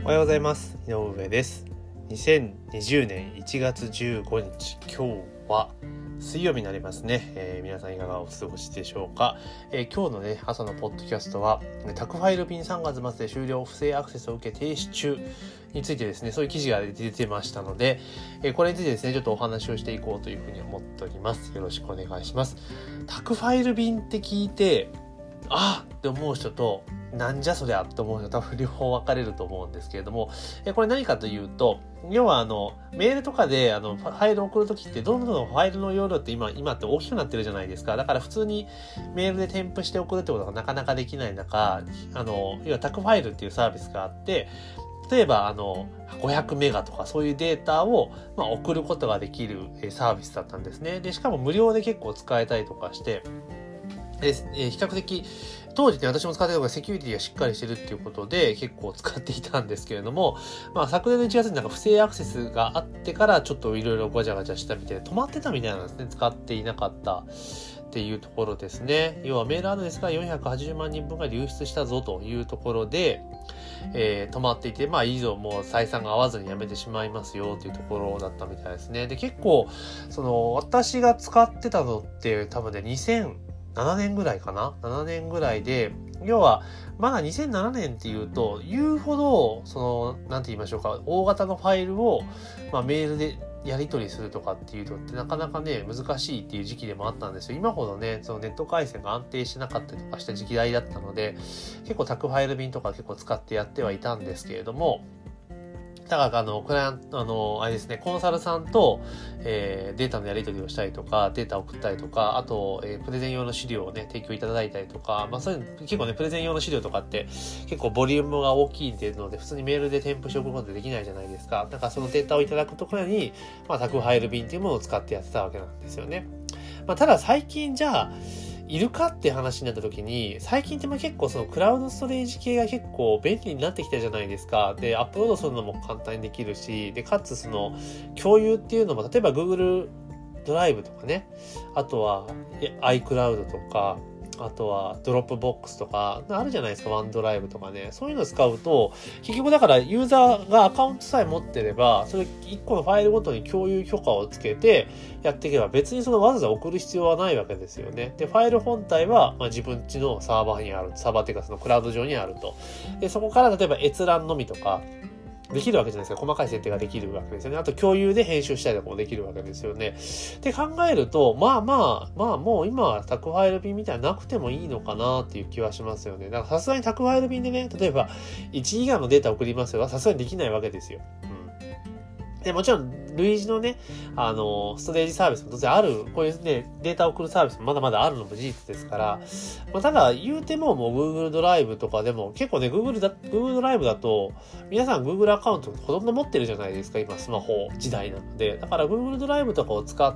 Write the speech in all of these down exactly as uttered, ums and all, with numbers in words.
おはようございます。井上です。にせんにじゅうねんいちがつじゅうごにち、今日は水曜日になりますね。えー、皆さんいかがお過ごしでしょうか。えー、今日のね朝のポッドキャストは宅ファイル便さんがつ末で終了、不正アクセスを受け停止中についてですね、そういう記事が出てましたので、えー、これについてですねちょっとお話をしていこうというふうに思っております。よろしくお願いします。宅ファイル便って聞いてあーって思う人となんじゃそりゃって思う人多分両方分かれると思うんですけれども、えこれ何かというと、要はあのメールとかであのファイルを送るときってどんどんファイルの容量って今今って大きくなってるじゃないですか。だから普通にメールで添付して送るってことがなかなかできない中、あの要は宅ファイルっていうサービスがあって、例えばあのごひゃくメガとかそういうデータを、まあ、送ることができるサービスだったんですね。でしかも無料で結構使えたりとかして、で比較的当時ね、私も使ってたのがセキュリティがしっかりしてるっていうことで結構使っていたんですけれども、まあ昨年のいちがつになんか不正アクセスがあってからちょっといろいろごちゃごちゃしたみたいで止まってたみたいなんですね。使っていなかったっていうところですね。要はメールアドレスがよんひゃくはちじゅうまんにんぶんが流出したぞというところで、えー、止まっていて、まあ以上もう採算が合わずにやめてしまいますよというところだったみたいですね。で結構その私が使ってたのって多分ねにせんななねんぐらいかなななねんぐらいで、要はまだにせんななねんっていうと言うほどそのなんて言いましょうか、大型のファイルを、まあ、メールでやり取りするとかっていうのってなかなかね難しいっていう時期でもあったんですよ。今ほどねそのネット回線が安定してなかったりとかした時期代だったので、結構宅ファイル便とか結構使ってやってはいたんですけれども、だからあのクライアントあのあれですねコンサルさんと、えー、データのやり取りをしたりとかデータを送ったりとか、あと、えー、プレゼン用の資料をね提供いただいたりとか、まあそういう結構ねプレゼン用の資料とかって結構ボリュームが大きいっていうので普通にメールで添付しておくことできないじゃないですか。だからそのデータをいただくところにまあ宅ファイル便っていうものを使ってやってたわけなんですよね。まあただ最近じゃあいるかって話になった時に、最近っても結構そのクラウドストレージ系が結構便利になってきたじゃないですか。で、アップロードするのも簡単にできるし、で、かつその共有っていうのも、例えば Google ドライブとかね、あとは iCloud とか、あとはドロップボックスとかあるじゃないですか、ワンドライブとかね。そういうのを使うと結局だからユーザーがアカウントさえ持ってればそれいっこのファイルごとに共有許可をつけてやっていけば別にそのわざわざ送る必要はないわけですよね。でファイル本体はまあ自分家のサーバーにある、サーバーっていうかそのクラウド上にあると。でそこから例えば閲覧のみとかできるわけじゃないですか。細かい設定ができるわけですよね。あと共有で編集したりとかもできるわけですよね。って考えると、まあまあ、まあもう今は宅ファイル便みたいななくてもいいのかなっていう気はしますよね。だからさすがに宅ファイル便でね、例えばいちギガのデータ送りますよ。さすがにできないわけですよ。うん。で、もちろん類似のね、あの、ストレージサービスも当然ある、こういうね、データを送るサービスもまだまだあるのも事実ですから、まあ、ただ言うてももう Google ドライブとかでも結構ね、Google だ、Google ドライブだと、皆さん Google アカウントほとんど持ってるじゃないですか、今スマホ時代なので。だから Google ドライブとかを使って、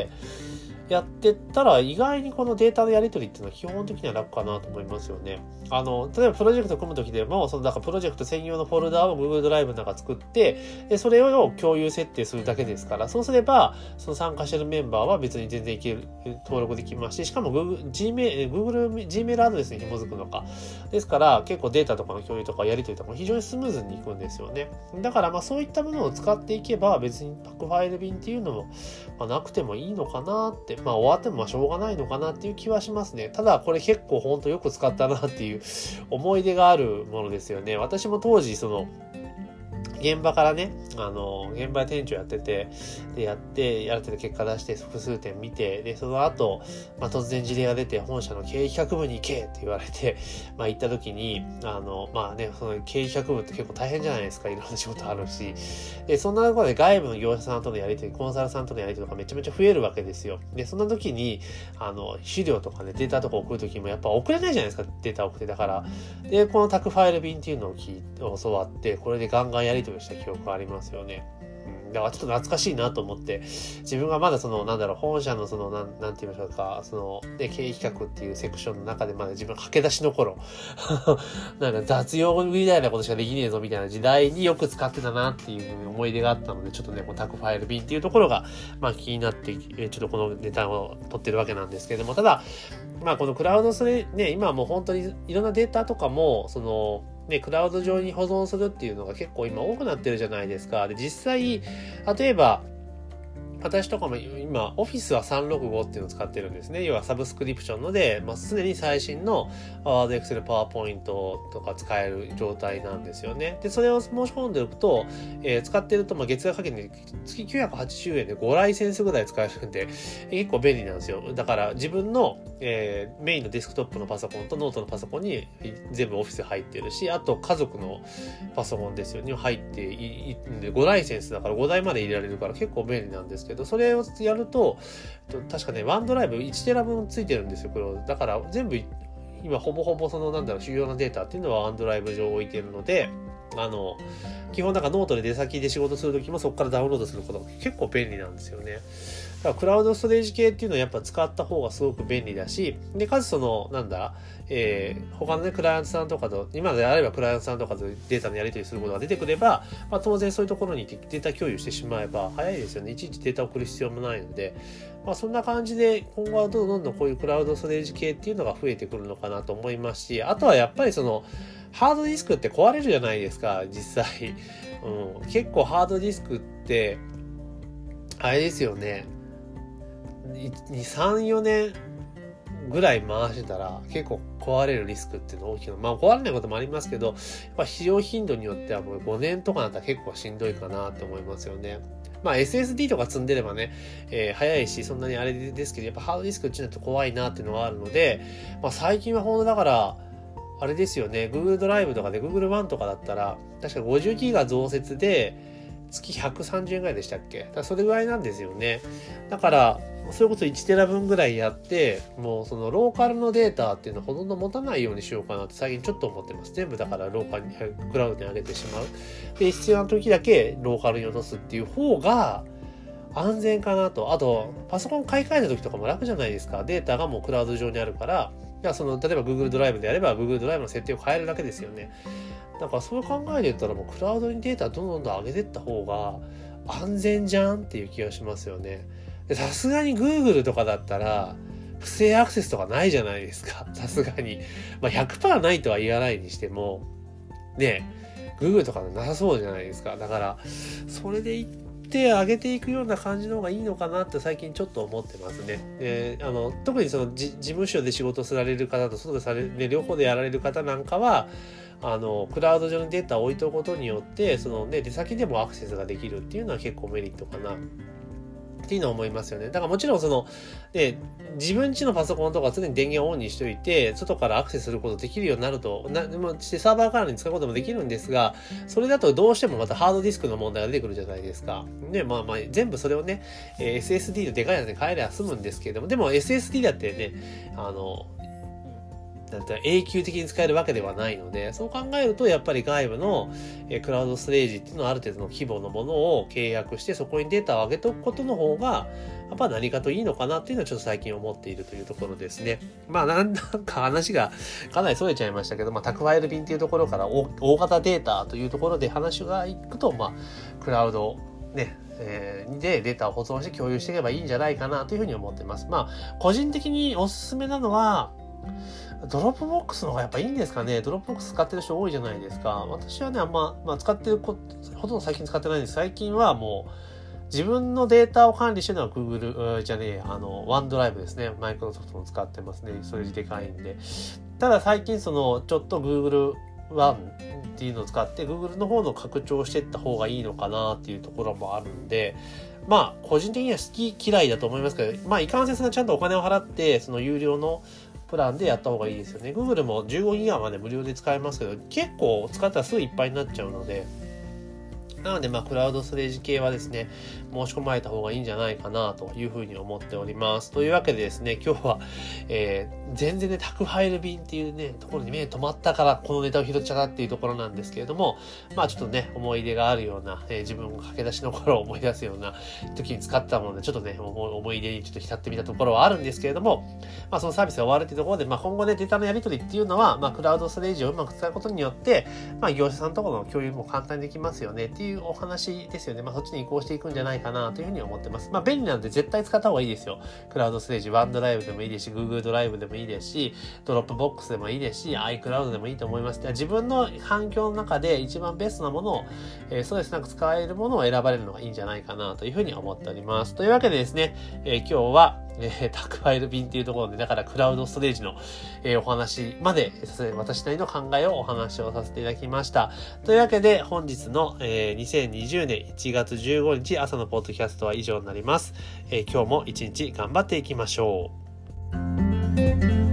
やってったら意外にこのデータのやり取りっていうのは基本的には楽かなと思いますよね。あの、例えばプロジェクト組むときでも、そのなんかプロジェクト専用のフォルダを Google ドライブの中作って、で、それを共有設定するだけですから、そうすれば、その参加してるメンバーは別に全然いける、登録できますし、しかも Google、Gmail、Google、Gmail アドレスに紐づくのか。ですから、結構データとかの共有とかやり取りとかも非常にスムーズにいくんですよね。だからまあそういったものを使っていけば、別に宅ファイル便っていうのも、まあ、なくてもいいのかなって、まあ終わってもまあしょうがないのかなっていう気はしますね。ただこれ結構ほんとよく使ったなっていう思い出があるものですよね。私も当時その現場からね、あの、現場で店長やってて、で、やって、やる程度結果出して、複数点見て、で、その後、まあ、突然事例が出て、本社の経営企画部に行けって言われて、まあ、行った時に、あの、まあね、その経営企画部って結構大変じゃないですか、いろんな仕事あるし。で、そんなところで外部の業者さんとのやり取り、コンサルさんとのやり取りとかめちゃめちゃ増えるわけですよ。で、そんな時に、あの、資料とかね、データとか送る時もやっぱ送れないじゃないですか、データ送って。だから、で、この宅ファイル便っていうのを聞いて、教わって、これでガンガンやり取りした記憶がありますよね。うん、だからちょっと懐かしいなと思って、自分がまだその、なんだろう、本社のその、なん、なんて言いましょうか、その、ね、経営企画っていうセクションの中でまだ自分駆け出しの頃、なんか雑用みたいなことしかできねえぞみたいな時代によく使ってたなっていう思い出があったので、ちょっとね、この宅ファイル便っていうところが、まあ気になって、ちょっとこのネタを取ってるわけなんですけれども、ただ、まあこのクラウドそれね、今はもう本当にいろんなデータとかも、その、 ね、クラウド上に保存するっていうのが結構今多くなってるじゃないですか。で、実際、例えば、私とかも今、オフィスはさんろくごっていうのを使ってるんですね。要はサブスクリプションので、まあ、常に最新の Word、Excel、PowerPoint とか使える状態なんですよね。で、それを申し込んでおくと、えー、使ってると、まあ、月額課金で月きゅうひゃくはちじゅうえんでごライセンスぐらい使えるんで、結構便利なんですよ。だから自分の、えー、メインのデスクトップのパソコンとノートのパソコンに全部オフィス入ってるし、あと家族のパソコンですよに入っていいんで、ごライセンスだからごだいまで入れられるから結構便利なんですけど、それをやると確かねワンドライブいちテラ分ついてるんですよ。これだから全部今ほぼほぼそのなんだろう主要なデータっていうのはワンドライブ上置いてるので、あの基本なんかノートで出先で仕事するときもそこからダウンロードすることが結構便利なんですよね。だからクラウドストレージ系っていうのはやっぱ使った方がすごく便利だし、でかつそのなんだ、えー、他のねクライアントさんとかと今であればクライアントさんとかとデータのやり取りすることが出てくれば、まあ、当然そういうところにデータ共有してしまえば早いですよね。いちいちデータを送る必要もないので、まあ、そんな感じで今後はどんどんどんこういうクラウドストレージ系っていうのが増えてくるのかなと思いますし、あとはやっぱりそのハードディスクって壊れるじゃないですか実際、うん、結構ハードディスクってあれですよね、に、さん、よねんぐらい回してたら結構壊れるリスクっていうの大きいの。まあ壊れないこともありますけど、やっぱ使用頻度によってはもうごねんとかだったら結構しんどいかなって思いますよね。まあ エスエスディー とか積んでればね、えー、早いしそんなにあれですけど、やっぱハードディスクうちだと怖いなっていうのはあるので、まあ最近はほんとだからあれですよね、Google ドライブとかで Google One とかだったら確かごじゅうギガ増設で月ひゃくさんじゅうえんぐらいでしたっけ。だからそれぐらいなんですよね。だからそれこそいちテラ分ぐらいやって、もうそのローカルのデータっていうのはほとんど持たないようにしようかなって最近ちょっと思ってます。全部だからローカルに、クラウドに上げてしまう。で、必要な時だけローカルに落とすっていう方が安全かなと。あと、パソコン買い替えた時とかも楽じゃないですか。データがもうクラウド上にあるから、じゃあその例えば Google ドライブであれば Google ドライブの設定を変えるだけですよね。だからそう考えてったらもうクラウドにデータどんどんどん上げてった方が安全じゃんっていう気がしますよね。さすがに Google とかだったら不正アクセスとかないじゃないですか。さすがに。まあ ひゃくパーセント ないとは言わないにしても、ね、Google とかなさそうじゃないですか。だから、それで言って上げていくような感じの方がいいのかなって最近ちょっと思ってますね。で、あの、特にその事務所で仕事される方と外でされる、ね、両方でやられる方なんかは、あのクラウド上にデータを置いておくことによってその、ね、出先でもアクセスができるっていうのは結構メリットかなっていうのは思いますよね。だからもちろんその、ね、自分家のパソコンとか常に電源をオンにしておいて外からアクセスすることできるようになるとなしてサーバーからに使うこともできるんですが、それだとどうしてもまたハードディスクの問題が出てくるじゃないですか。ね、まあまあ全部それをね エスエスディー のでかいやつに変えれば済むんですけれども、でも エスエスディー だってねあのなんて永久的に使えるわけではないので、そう考えるとやっぱり外部のえクラウドストレージっていうのはある程度の規模のものを契約してそこにデータを上げておくことの方がやっぱ何かといいのかなっていうのはちょっと最近思っているというところですね。まあなんか話がかなり逸れちゃいましたけど、まあ宅配便っていうところから大型データというところで話がいくと、まあクラウドねえー、でデータを保存して共有していけばいいんじゃないかなというふうに思ってます。まあ個人的におすすめなのはドロップボックスの方がやっぱいいんですかね。ドロップボックス使ってる人多いじゃないですか。私はね、あんま、まあ、使ってるこ、ほとんど最近使ってないんです。最近はもう、自分のデータを管理してるのは Google、じゃねえ、あの、ワンドライブですね。マイクロソフトも使ってますね。それでかいんで。ただ最近その、ちょっと Google One っていうのを使って、Google の方の拡張していった方がいいのかなっていうところもあるんで、まあ、個人的には好き嫌いだと思いますけど、まあ、いかんせんがちゃんとお金を払って、その有料のプランでやった方がいいですよね。Google もじゅうごギガまで無料で使えますけど、結構使ったらすぐいっぱいになっちゃうので、なので、まあ、クラウドストレージ系はですね、申し込まれた方がいいんじゃないかなというふうに思っております。というわけでですね、今日は、えー、全然ね、宅配ル便っていうね、ところに目止まったから、このネタを拾っちゃったっていうところなんですけれども、まあ、ちょっとね、思い出があるような、えー、自分が駆け出しの頃を思い出すような時に使ったもので、ちょっとね、思い出にちょっと浸ってみたところはあるんですけれども、まあ、そのサービスが終わるっていうところで、まあ、今後ね、データのやり取りっていうのは、まあ、クラウドストレージをうまく使うことによって、まあ、業者さんとかの共有も簡単にできますよねっていういうお話ですよね。まあそっちに移行していくんじゃないかなというふうに思ってます。まあ便利なんで絶対使った方がいいですよ。クラウドストレージ、ワンドライブでもいいですし、Google ドライブでもいいですし、ドロップボックスでもいいですし、iCloud でもいいと思います。自分の環境の中で一番ベストなものを、えー、そうですね、なんか使えるものを選ばれるのがいいんじゃないかなというふうに思っております。というわけでですね、えー、今日は、えー、宅ファイル便っていうところで、だからクラウドストレージの、えー、お話まで、私なりの考えをお話をさせていただきました。というわけで、本日の、えー、にせんにじゅうねんいちがつじゅうごにち朝のポッドキャストは以上になります。えー、今日も一日頑張っていきましょう。